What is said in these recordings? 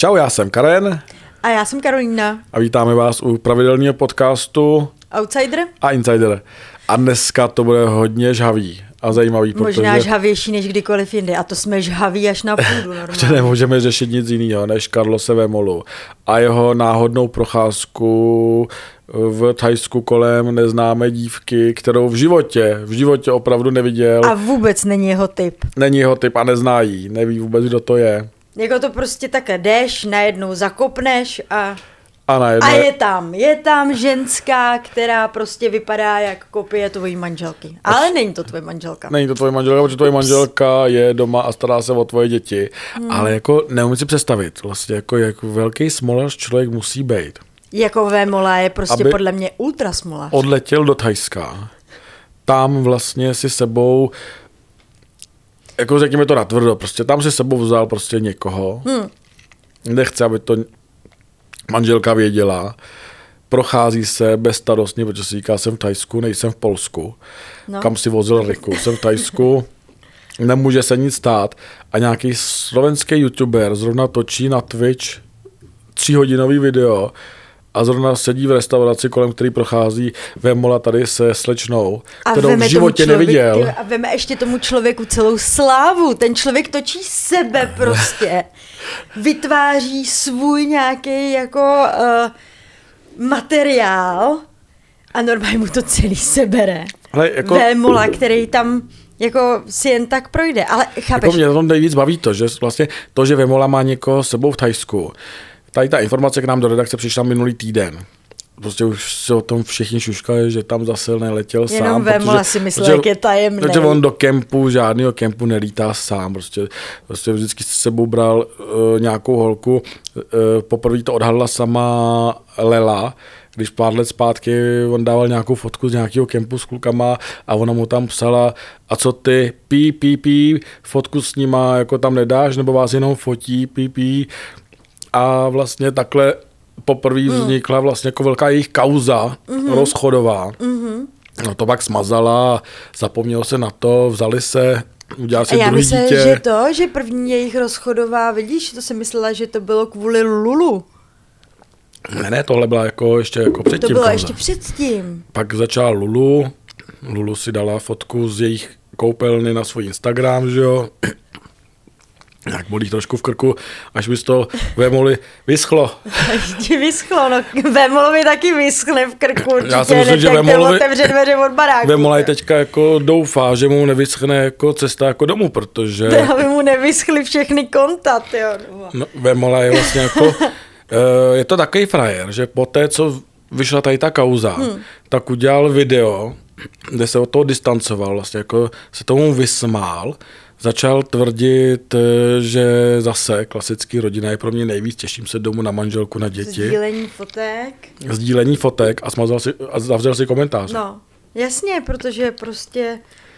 Čau, já jsem Karen. A já jsem Karolína. A vítáme vás u pravidelného podcastu Outsider a Insider. A dneska to bude hodně žhavý a zajímavý, možná žhavější než kdykoliv jindy. A to jsme žhaví až na půdu. Protože nemůžeme řešit nic jiného než Carlose Vémolu a jeho náhodnou procházku v Thajsku kolem neznámé dívky, kterou v životě opravdu neviděl. A vůbec není jeho typ. Není jeho typ a nezná jí, neví vůbec, kdo to je. Jako to prostě také jdeš, najednou zakopneš a je tam ženská, která prostě vypadá jak kopie tvojí manželky. Ale není to tvoje manželka. Není to tvoje manželka, protože tvoje manželka je doma a stará se o tvoje děti. Ale jako neumím si představit, vlastně jako jak velký smolař člověk musí být. Jako Vémola je prostě podle mě ultra smolař. Odletěl do Thajska. Tam vlastně si sebou, jako řekněme to natvrdo, prostě tam si sebou vzal prostě někoho. Nechce, aby to manželka věděla. Prochází se bezstarostně, protože si říká, jsem v Thajsku, nejsem v Polsku. No. Kam si vozil Riku. Jsem v Thajsku, nemůže se nic stát. A nějaký slovenský youtuber zrovna točí na Twitch 3hodinový video a zrovna sedí v restauraci, kolem který prochází Vémola tady se slečnou, kterou v životě neviděl. A veme ještě tomu člověku celou slávu. Ten člověk točí sebe prostě. Vytváří svůj nějaký jako materiál a normálně mu to celý sebere. Jako Vémola, který tam jako si jen tak projde. Ale chápeš? Jako mě na tom nejvíc baví to, že vlastně to, že Vémola má někoho s sebou v Thajsku. Tady ta informace k nám do redakce přišla minulý týden. Prostě už se o tom všichni šuškali, že tam zase neletěl sám. Jenom Vémola si myslel, jak je tajemný. Protože on do žádného kempu nelítá sám. Prostě vždycky s sebou bral nějakou holku. Poprvé to odhalila sama Lela, když pár let zpátky on dával nějakou fotku z nějakého kempu s klukama a ona mu tam psala, a co ty, fotku s nima jako tam nedáš, nebo vás jenom fotí, A vlastně takhle poprvé vznikla vlastně jako velká jejich kauza rozchodová. No to pak smazala, zapomnělo se na to, vzali se, udělali si druhý dítě. Já myslím, že první jejich rozchodová, vidíš, to jsem myslela, že to bylo kvůli Lulu. Ne, tohle byla jako ještě jako předtím. To bylo ještě předtím. Pak začala Lulu si dala fotku z jejich koupelny na svůj Instagram, že jo. Jak bolí trošku v krku, až by z toho Vémoli vyschlo. Vémolovi taky vyschne v krku. Já si myslím, že otevře dveře od baráku. Vémola teďka jako doufá, že mu nevyschne jako cesta jako domů, protože... Aby mu nevyschly všechny konta, jo. No, Vémola je vlastně jako... je to takový frajer, že poté, co vyšla tady ta kauza, tak udělal video, kde se od toho distancoval, vlastně jako se tomu vysmál, začal tvrdit, že zase klasický rodina je pro mě nejvíc, těším se domů na manželku, na děti. Sdílení fotek a smazal si a zavřel si komentář. No, jasně, protože prostě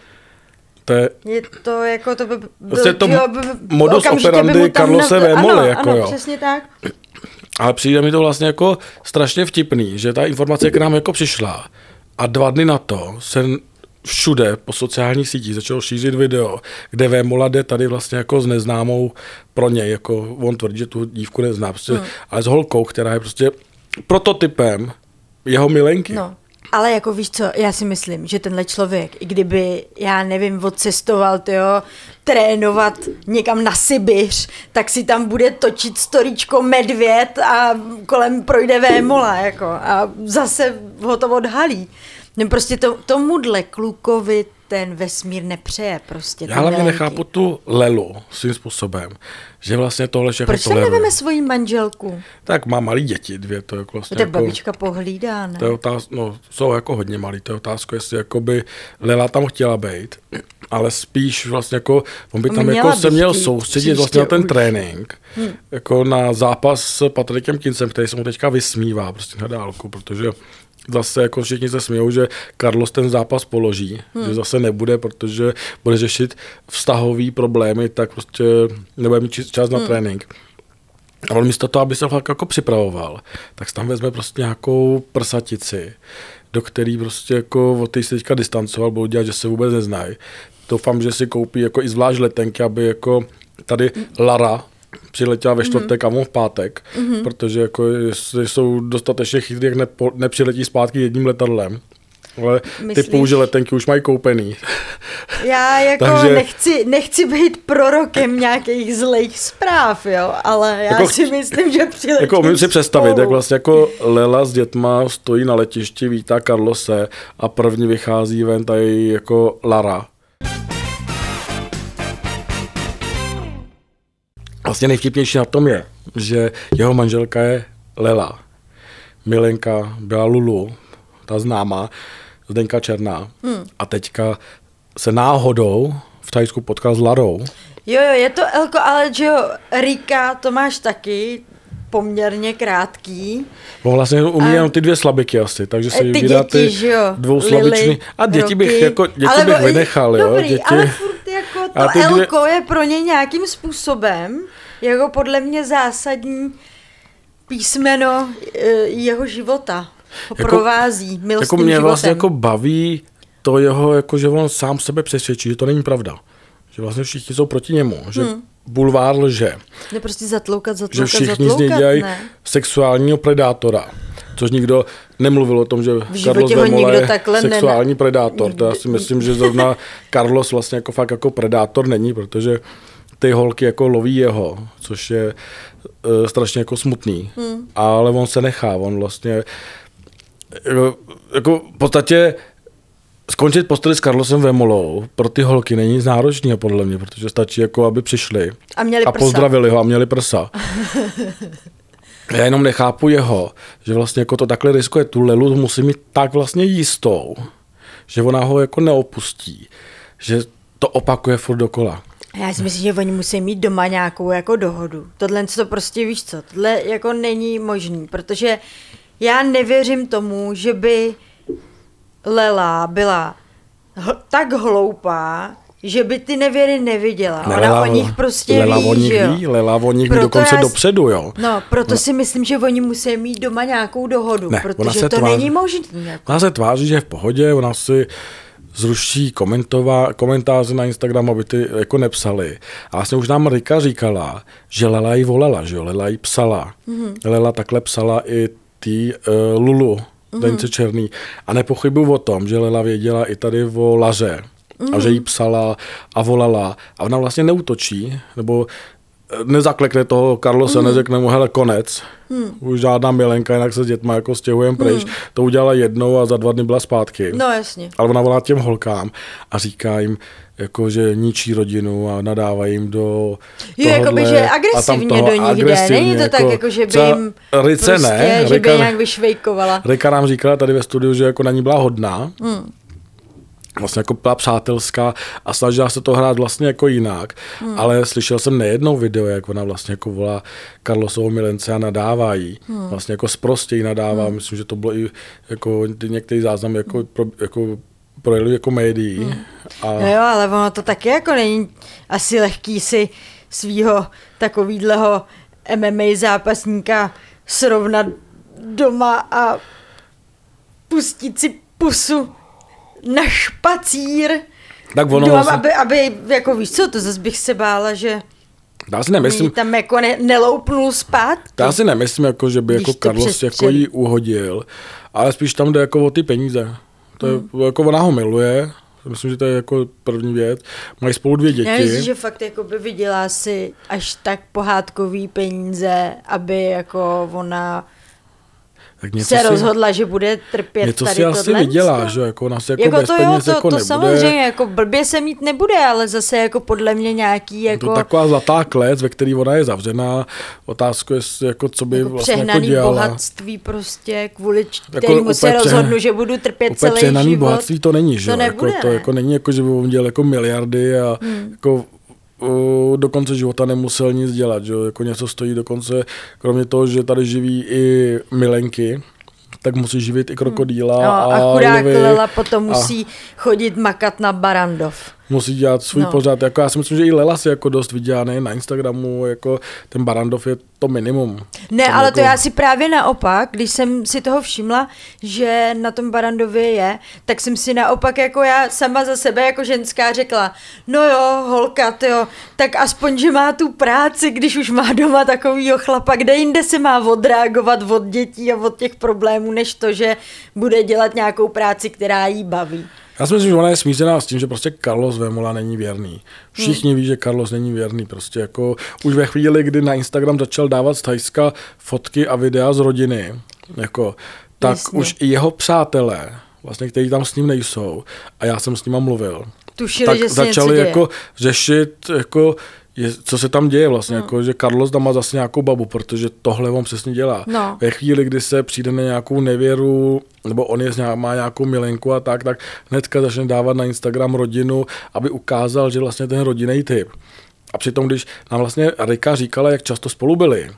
je to jako to by byl modus operandi Carlose Vémoly. Ano, přesně tak. Ale přijde mi to vlastně jako strašně vtipný, že ta informace k nám jako přišla a 2 dny na to se všude po sociálních sítích začalo šířit video, kde Vémola jde tady vlastně jako s neznámou pro něj, jako on tvrdí, že tu dívku nezná, prostě, ale s holkou, která je prostě prototypem jeho milenky. No, ale jako víš co, já si myslím, že tenhle člověk, i kdyby, já nevím, odcestoval, trénovat někam na Sibiř, tak si tam bude točit storíčko medvěd a kolem projde Vémola, jako, a zase ho to odhalí. No prostě tomuhle klukovi ten vesmír nepřeje prostě. Já hlavně nechápu tu Lelu svým způsobem, že vlastně tohle všechno toleruje. Proč se neveme svoji manželku? Tak má malý děti, 2, to je vlastně to jako... babička pohlídá, ne? To je jsou jako hodně malý, to je otázka, jestli jakoby Lela tam chtěla být, ale spíš vlastně jako, on by tam jako se měl soustředit vlastně na ten trénink, jako na zápas s Patrikem Kincem, který se mu teďka vysmívá prostě na dálku, protože zase jako všichni se smějou, že Carlos ten zápas položí, že zase nebude, protože bude řešit vztahový problémy, tak prostě nebude mít čas na trénink. A on místo toho, aby se fakt jako připravoval, tak tam vezme prostě nějakou prsatici, do který prostě jako od té se teďka distancoval, budou dělat, že se vůbec neznají. Doufám, že si koupí jako i zvlášť letenky, aby jako tady Lara přiletěla ve čtvrtek a on v pátek, protože jako jsou dostatečně chytrý, jak nepřiletí zpátky jedním letadlem. Ale ty použe letenky už mají koupený. Já jako nechci být prorokem nějakých zlých zpráv, jo, ale já jako, si myslím, že přiletí jako umím si představit, jak vlastně jako Lela s dětma stojí na letišti, vítá Carlose a první vychází ven tady jako Lara. Vlastně nejvtipnější na tom je, že jeho manželka je Lela. Milenka byla Lulu, ta známá, Zdenka Černá. A teďka se náhodou v Thajsku potkal s Larou. Jo, je to Elko, ale že jo, Rika, to máš taky poměrně krátký. On vlastně umí jenom ty dvě slabiky asi, takže se vybírá ty dvouslabičný. A děti bych vynechal, jo. Dobrý, ale furt jako to Elko je pro ně nějakým způsobem, jako podle mě zásadní písmeno jeho života. Ho provází milostným jako mě životem. Vlastně jako baví to jeho, jako že on sám sebe přesvědčí, že to není pravda. Že vlastně všichni jsou proti němu, že bulvár lže. Je prostě zatloukat, že všichni z něj dělají sexuálního predátora. Což nikdo nemluvil o tom, že Carlos Vémola je sexuální predátor. To já si myslím, že zrovna Carlos vlastně jako fakt jako predátor není, protože ty holky jako loví jeho, což je strašně jako smutný. Ale on se nechá, on vlastně jako v podstatě skončit posteli s Carlosem Vémolou pro ty holky není náročný podle mě, protože stačí jako, aby přišli a pozdravili ho a měli prsa. Já jenom nechápu jeho, že vlastně jako to takhle riskuje, tu Lelu musí mít tak vlastně jistou, že ona ho jako neopustí, že to opakuje furt dokola. Já si myslím, že oni musí mít doma nějakou jako dohodu. Tohle to prostě víš co, tohle jako není možný, protože já nevěřím tomu, že by Lela byla tak hloupá, že by ty nevěry neviděla. Ona o nich prostě Lela o nich ví dokonce dopředu, jo. No, proto si myslím, že oni musí mít doma nějakou dohodu, protože to není možný. Jako. Ona se tváří, že je v pohodě, ona si zruší komentáře na Instagram, aby ty jako nepsali. A vlastně už nám Rika říkala, že Lela jí volala, že jo, Lela jí psala. Lela takhle psala i Lulu, Dence Černý. A nepochybuju o tom, že Lela věděla i tady o Laře. A že jí psala a volala. A ona vlastně neútočí, nebo nezaklekne toho Carlose, neřekne mu, hele, konec. Už žádná Milenka, jinak se s dětma jako stěhujem pryč. To udělala jednou a za 2 dny byla zpátky. No jasně. Ale ona volá těm holkám a říká jim, jako, že ničí rodinu a nadává jim do tohohle. Jakoby, že agresivně do nich jde. Není to tak, jako, že by jim Rice prostě, ne, že by nějak vyšvejkovala. Rika nám říkala tady ve studiu, že jako na ní byla hodná. Vlastně jako byla přátelská a snažila se to hrát vlastně jako jinak, ale slyšel jsem nejednou video, jak ona vlastně jako volá Carlosovo milence a nadává jí. Vlastně jako sprostě jí nadává, myslím, že to bylo i jako některý záznam jako projeli jako médií. Jo, ale ono to taky jako není asi lehký si svýho takovýhleho MMA zápasníka srovnat doma a pustit si pusu na špacír. Tak ono aby jako víš co, to zase bych se bála, že já si nemyslím, tam jako neloupnul zpátky. Já si nemyslím, jako, že by jako Carlos jako jí uhodil, ale spíš tam jde jako o ty peníze. To je, jako ona ho miluje, myslím, že to je jako první věc. Mají spolu 2 děti. Já myslím, že fakt jako by vydělá si až tak pohádkový peníze, aby jako ona se rozhodla, že bude trpět něco tady si asi vydělá, že jako ona se jako bez peněz jako nebude. To samozřejmě, jako blbě se mít nebude, ale zase jako podle mě nějaký jako... To taková zlatá klec, ve který ona je zavřená. Otázka je, jako, co by jako vlastně jako dělala. Bohatství prostě, kvůli kterému se rozhodnu, že budu trpět celý přehnaný život. Bohatství to není, že to nebude, jako, to jako není jako, že by on dělal jako miliardy a jako do konce života nemusel nic dělat, že jako něco stojí dokonce, kromě toho, že tady živí i milenky, tak musí živit i krokodýla a chudák Lela potom musí chodit makat na Barandov. musí dělat svůj pořad. Jako já si myslím, že i Lela si jako dost viděla, ne na Instagramu, jako ten Barrandov je to minimum. Ne, tam ale jako... to já si právě naopak, když jsem si toho všimla, že na tom Barrandově je, tak jsem si naopak jako já sama za sebe jako ženská řekla, no jo, holka, tyjo, tak aspoň, že má tu práci, když už má doma takovýho chlapa, kde jinde se má odreagovat od dětí a od těch problémů, než to, že bude dělat nějakou práci, která jí baví. Já si myslím, že ona je smířená s tím, že prostě Carlos Vémola není věrný. Všichni ví, že Carlos není věrný. Prostě jako už ve chvíli, kdy na Instagram začal dávat z Thajska fotky a videa z rodiny, jako, tak jasně. Už i jeho přátelé, vlastně, kteří tam s ním nejsou, a já jsem s nima mluvil, tušili, tak že začali jako řešit, jako, co se tam děje vlastně, jako, že Carlos tam má zase nějakou babu, protože tohle on přesně dělá. No. Ve chvíli, kdy se přijde na nějakou nevěru, nebo on má nějakou milenku a tak hnedka začne dávat na Instagram rodinu, aby ukázal, že vlastně ten rodinný typ. A přitom, když nám vlastně Rika říkala, jak často spolu byli,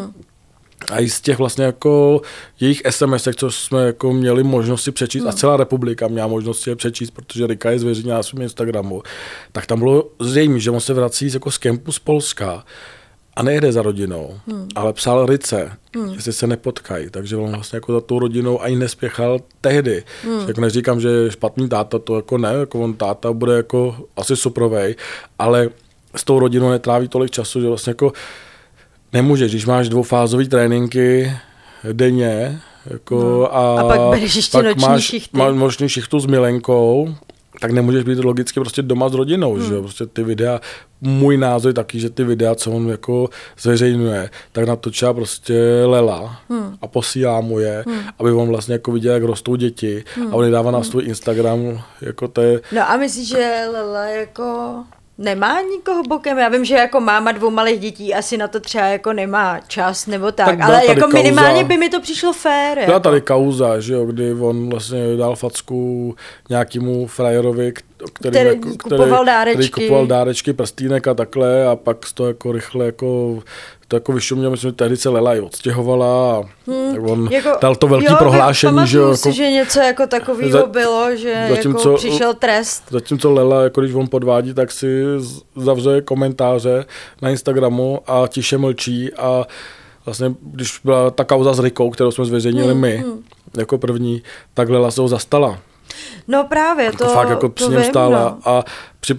a i z těch vlastně jako jejich SMSek, co jsme jako měli možnost si přečíst, a celá republika měla možnost si je přečíst, protože Rika je zveřejnila na svém Instagramu, tak tam bylo zřejmě, že on se vrací jako z kempu z Polska a nejede za rodinou, ale psal Rice, jestli se nepotkají, takže on vlastně jako za tou rodinou ani nespěchal tehdy. Jako neříkám, že je špatný táta, to jako ne, jako on táta bude jako asi suprovej, ale s tou rodinou netráví tolik času, že vlastně jako nemůžeš, když máš dvoufázový tréninky denně, jako a pak bereš ještě noční noční šichtu s milenkou, tak nemůžeš být logicky prostě doma s rodinou, že jo, prostě ty videa, můj názor je taky, že ty videa, co on jako zveřejňuje, tak natočila prostě Lela a posílá mu je, aby on vlastně jako viděl, jak rostou děti a on je dává na svůj Instagram, jako to je... No a myslíš, že Lela jako... Nemá nikoho bokem? Já vím, že jako máma 2 malých dětí asi na to třeba jako nemá čas nebo tak ale jako kauza, minimálně by mi to přišlo fér. Byla tady kauza, že jo, kdy on vlastně dal facku nějakému frajerovi, který kupoval dárečky, prstýnek a takhle a pak z toho jako rychle jako to jako vyšuměl, myslím, že tehdy se Lela i odstěhovala a on jako, dal to velký prohlášení, že jo. Jako, že něco jako takového bylo, že jako přišel trest. Zatímco Lela, jako když on podvádí, tak si zavře komentáře na Instagramu a tiše mlčí a vlastně, když byla ta kauza s Rikou, kterou jsme zveřejnili my, jako první, tak Lela se ho zastala. No právě, to fakt jako při něm stála a při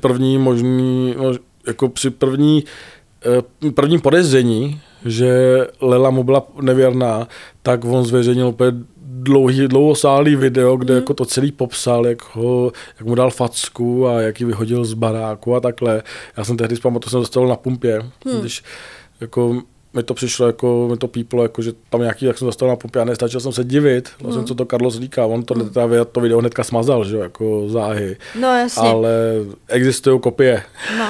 prvním podezření, že Lela mu byla nevěrná, tak on zveřejnil úplně dlouhosálý video, kde jako to celý popsal, jak mu dal facku a jak ji vyhodil z baráku a takhle. Já jsem tehdy to jsem dostal na pumpě, když jako mi to přišlo, jako mi to píplo, jako, že tam nějaký, jak jsem dostal na pumpě a nestačil jsem se divit, vlastně, co to Carlos říká, on to video hnedka smazal, že jako záhy. No jasně. Ale existují kopie. No.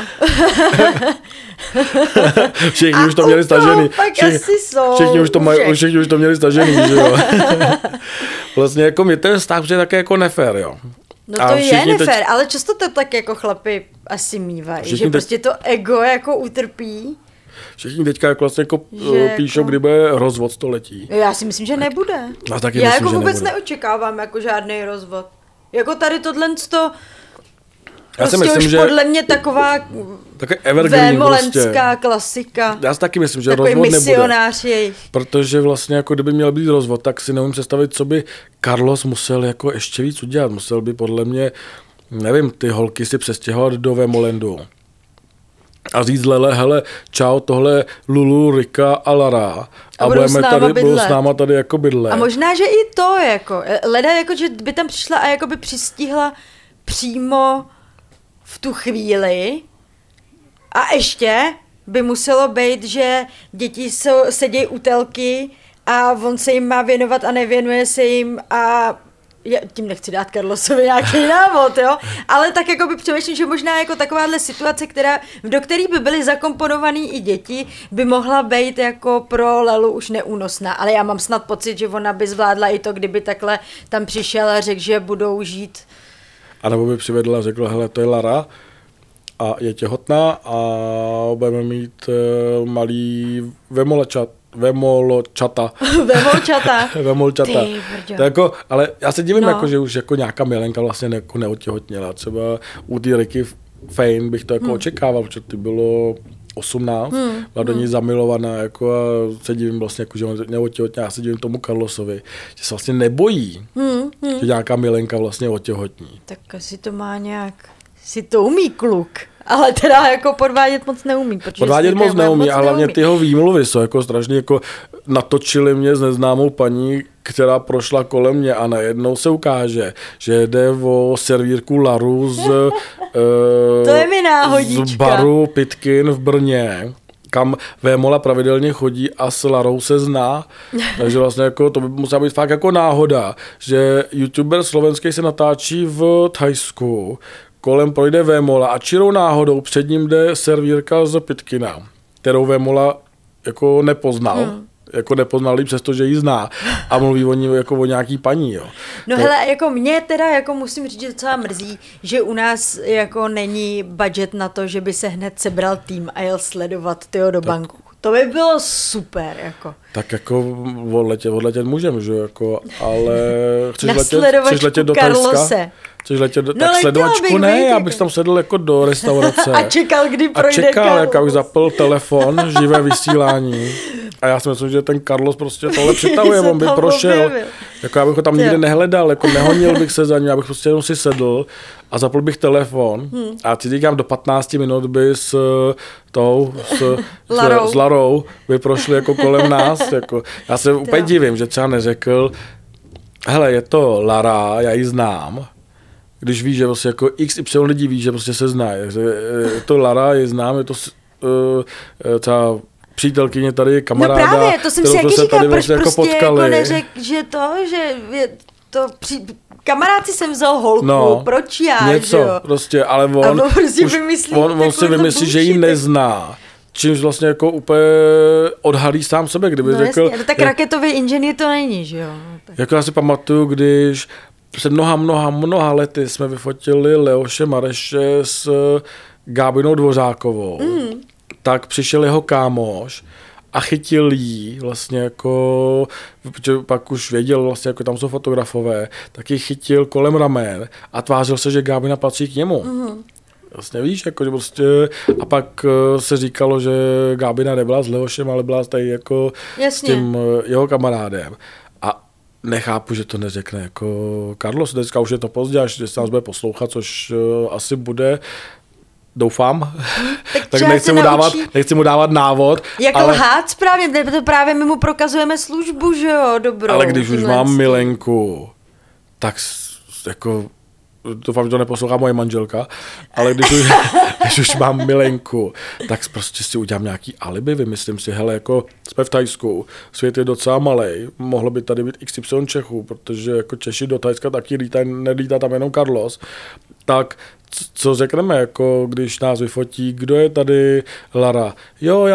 Všichni už to měli stažený. Všichni už to měli stažený, že jo. Vlastně jako mi ten vztah přijde také jako nefér, jo. No to je nefér, ale často to tak jako chlapi asi mývají, že prostě to ego jako utrpí. Všichni teďka jako vlastně jako píšou, jako... kdy bude rozvod století. Já si myslím, že nebude. Já jako vůbec neočekávám jako žádný rozvod. Jako tady tohleto já si myslím, už že podle mě taková vémolenská klasika. Já si taky myslím, že rozvod nebude. Misionář jejich. Protože vlastně jako kdyby měl být rozvod, tak si neumím představit, co by Carlos musel jako ještě víc udělat. Musel by podle mě, nevím, ty holky si přestěhovat do Vémolendu. A říct Lele, hele, čau, tohle Lulu, Rika a Lara. A budou s náma tady jako bydlet. A možná, že i to, jako, Leda, jako, že by tam přišla a jako by přistihla přímo v tu chvíli. A ještě by muselo být, že děti sedějí u telky a on se jim má věnovat a nevěnuje se jim a tím nechci dát Carlosovi nějaký návod, jo, ale tak jako by přemýšlím, že možná jako takováhle situace, do které by byly zakomponovaný i děti, by mohla být jako pro Lelu už neúnosná, ale já mám snad pocit, že ona by zvládla i to, kdyby takhle tam přišel a řekl, že budou žít. A nebo by přivedla a řekla, hele, to je Lara a je těhotná a budeme mít malý Vémolčata. Jako, ale já se divím, jako, že už jako nějaká milenka vlastně neotěhotněla. Třeba u té Riky fame bych to jako očekával, protože ty bylo 18, byla do ní zamilovaná jako a se divím vlastně, jako, že on neotěhotně, já se divím tomu Carlosovi, že se vlastně nebojí, že nějaká milenka vlastně otěhotní. Tak asi to má nějak, si to umí kluk. Ale teda jako podvádět moc neumí. Podvádět moc neumí, a hlavně ty jeho výmluvy jsou jako strašně jako natočili mě s neznámou paní, která prošla kolem mě a najednou se ukáže, že jde o servírku Laru to je mi náhodička. Z baru Pitkin v Brně, kam Vémola pravidelně chodí a s Larou se zná. Takže vlastně jako to by musela být fakt jako náhoda, že youtuber slovenský se natáčí v Thajsku, kolem projde Vémola a čirou náhodou před ním jde servírka z Pitkina, kterou Vémola jako nepoznal. Jako nepoznal jí, přestože ji zná a mluví o ní jako o nějaký paní, jo. No hele, jako mě teda jako musím říct, že docela mrzí, že u nás jako není budget na to, že by se hned sebral tým a jel sledovat tyho do banku. To by bylo super, jako. Tak jako odletět můžeme, že jako, ale chceš letět do Thajska? Chceš letět tak sledovačku ne, já bych tam sedl jako do restaurace. A čekal, kdy projde Carlos. Jak už zapl telefon, živé vysílání. A já si myslím, že ten Carlos prostě tohle přitahuje, on by prošel. Jako já bych ho tam nikde nehledal, jako nehonil bych se za ním, já bych prostě jenom si sedl a zapl bych telefon. A ti říkám, do 15 minut by s Larou by prošli jako kolem nás. Jako. Já se úplně divím, že třeba neřekl, hele, je to Lara, já ji znám. Když víš, že prostě jako XY lidí ví, že prostě se zná. Je to Lara, je znám, je to třeba přítelkyně tady, kamaráda. No právě, to jsem si jaký říkal, proč jako prostě jako neřekl, že je to kamarád jsem vzal holku, proč já, něco, že jo? Prostě, ale on si vymyslí, že ji nezná. Čímž vlastně jako úplně odhalí sám sebe, kdyby řekl... Jasně, tak raketový inženýr to není, že jo? Jako já si pamatuju, když před mnoha lety jsme vyfotili Leoše Mareše s Gábinou Dvořákovou, tak přišel jeho kámoš a chytil jí vlastně jako, protože pak už věděl vlastně, jako tam jsou fotografové, tak ji chytil kolem ramen a tvářil se, že Gábina patří k němu. Vlastně víš, jako, že prostě, a pak se říkalo, že Gábina nebyla s Leošem, ale byla tady jako s tím jeho kamarádem. A nechápu, že to neřekne jako Carlos, dneska už je to pozdě, až se nás bude poslouchat, což asi bude, doufám, tak nechci mu dávat návod. Jako lhát právě, to právě my mu prokazujeme službu, že jo, dobrou. Ale když už mám milenku, tak jako, doufám, že to neposlouchá moje manželka, ale když už mám milenku, tak prostě si udělám nějaký alibi, vymyslím si, hele, jako jsme v Thajsku, svět je docela malej, mohlo by tady být XY Čechů, protože jako Češi do Thajska taky nelítá tam jenom Carlos, tak co řekneme, jako když nás vyfotí, kdo je tady Lara? Jo,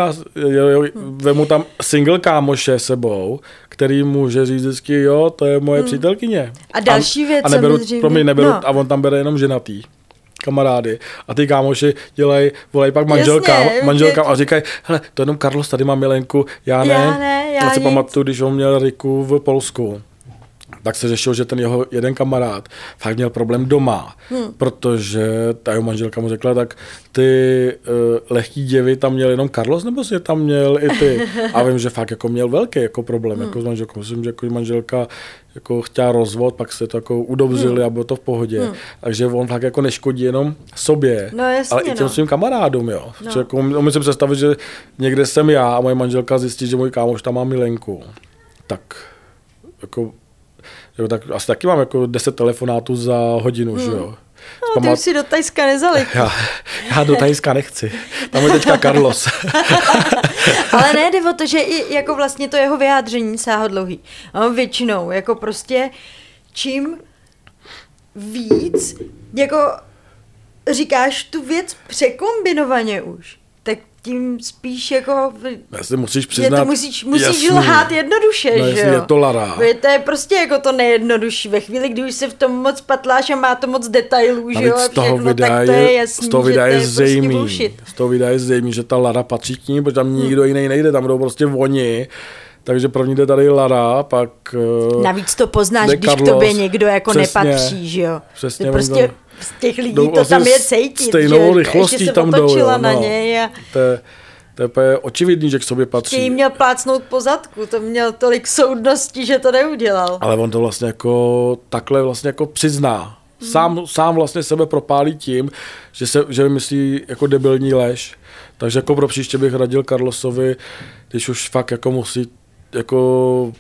vemu tam single kámoše sebou, který může říct vždycky, jo, to je moje přítelkyně. A další věc, a neberu, a on tam bere jenom ženatý kamarády. A ty kámoši volají pak manželkám a říkají, hele, to jenom Carlos tady má milenku, já ne. Já si pamatuju, když on měl Riku v Polsku, tak se řešil, že ten jeho jeden kamarád fakt měl problém doma, protože ta jeho manželka mu řekla, tak ty lehký děvy tam měl jenom Carlos, nebo si je tam měl i ty? A vím, že fakt jako měl velký jako problém jako s manželkou. Myslím, že jako manželka jako chtěla rozvod, pak se to jako udobřili a bylo to v pohodě. Takže on fakt jako neškodí jenom sobě, ale i těm svým kamarádům, jo. Jako, umím si představit, že někde jsem já a moje manželka zjistí, že můj kámoš tam má milenku. Tak jako tak asi taky mám jako 10 telefonátů za hodinu, že jo. No, ty už si do Thajska nezalik. Já do Thajska nechci. Tam je teďka Carlos. Ale ne, jde o to, že i jako vlastně to jeho vyjádření sáhodlouhý. A většinou jako prostě čím víc jako říkáš tu věc překombinovaně už, tak tím spíš jako... Jasně, musíš přiznat... Musíš lhát jednoduše, no, že jo? Je to Lara. To je prostě jako to nejjednodušší. Ve chvíli, kdy už se v tom moc patláš a má to moc detailů, že jo? Z toho videa je zřejmý. Z toho videa je zřejmý, že ta Lara patří k ní, protože tam nikdo jiný nejde, tam jdou prostě oni. Takže první jde tady Lara, pak... Navíc to poznáš, když Carlos, k tobě někdo jako nepatří, že jo? Přesně. Prostě z těch lidí to tam je cítit. Stejnou rychlostí tam jdou. Na něj a... To je úplně očividný, že k sobě patří. Ještě jí měl plácnout po zadku, to měl tolik soudností, že to neudělal. Ale on to vlastně jako takhle vlastně jako přizná. Sám vlastně sebe propálí tím, že vymyslí jako debilní lež. Takže jako pro příště bych radil Carlosovi, když už fakt jako musí jako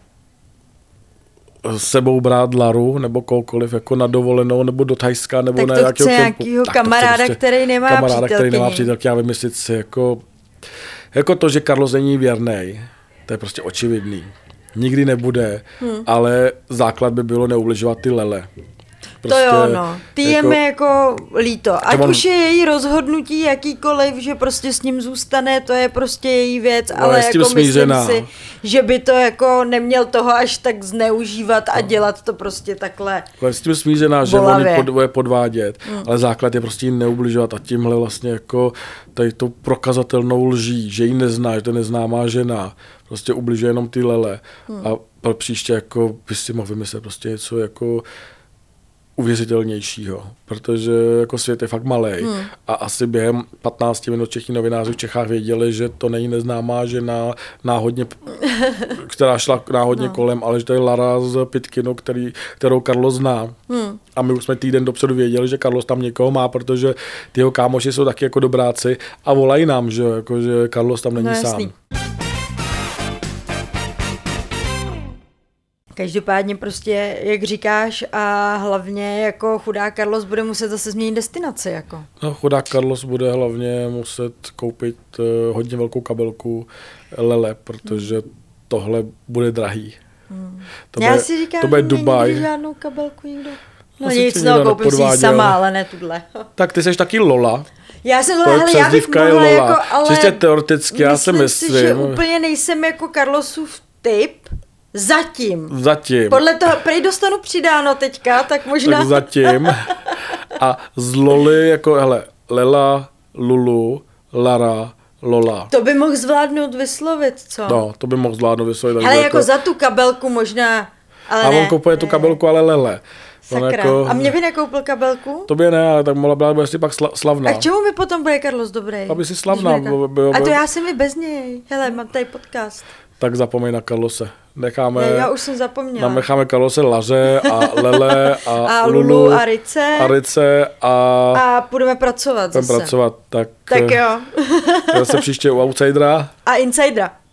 s sebou brát Laru nebo koukoliv jako na dovolenou nebo do Thajska nebo tak na nějakého kamaráda, prostě, který nemá přítelkyni. Já vymyslit si jako to, že Carlos není věrnej, to je prostě očividný. Nikdy nebude, ale základ by bylo neubližovat ty Lele. Prostě, to jo, no. Ty je mi jako líto. Ať už je její rozhodnutí jakýkoliv, že prostě s ním zůstane, to je prostě její věc, ale jako myslím si, že by to jako neměl toho až tak zneužívat a dělat to prostě takhle. Ale s tím smířená, že on bude podvádět, ale základ je prostě jí neubližovat a tímhle vlastně jako tady tou prokazatelnou lží, že ji nezná, že to je neznámá žena, prostě ubližuje jenom ty Lele a pro příště jako by si mohl vymyslet prostě něco jako uvěřitelnějšího, protože jako svět je fakt malej a asi během 15 minut všichni novináři v Čechách věděli, že to není neznámá žena náhodně, která šla náhodně kolem, ale že to je Lara z Pitkinu, kterou Carlos zná. A my už jsme týden dopředu věděli, že Carlos tam někoho má, protože ty jeho kámoši jsou taky jako dobráci a volají nám, že Carlos tam není sám. Každopádně prostě, jak říkáš, a hlavně jako chudák Carlos bude muset zase změnit destinaci. Jako. No, chudák Carlos bude hlavně muset koupit hodně velkou kabelku Lele, protože tohle bude drahý. Já si říkám, to bude Dubaj. Není žádnou kabelku nikdo. No nic, no, koupím si sama, ale ne tuhle. Tak ty seš taky Lola. Já jsem Lola, hele, já bych mohla jako, ale čistě teoreticky, já si myslím. že úplně nejsem jako Carlosův typ. Zatím. Podle toho, prej dostanu přidáno teďka, tak možná. Tak zatím. A z Loli jako, hele, Lela, Lulu, Lara, Lola. To by mohl zvládnout vyslovit, co? No, to by mohl zvládnout vyslovit. Hele, jako za tu kabelku možná, ale a on koupuje tu kabelku, ale Lele. Sakra. Jako, a mě by nekoupil kabelku? Tobě ne, ale tak mohla být asi pak slavná. A k čemu mi potom bude Carlos dobrý? Aby si slavná. A to já jsem mi bez něj. Hele, mám tady podcast. Tak zapomeň na Carlose. Já už jsem zapomněla. Necháme Carlose, Laře a Lele a Lulu a Rice. A půjdeme pracovat zase. Tak jo. Zase příště u Outsidera. A Insidera.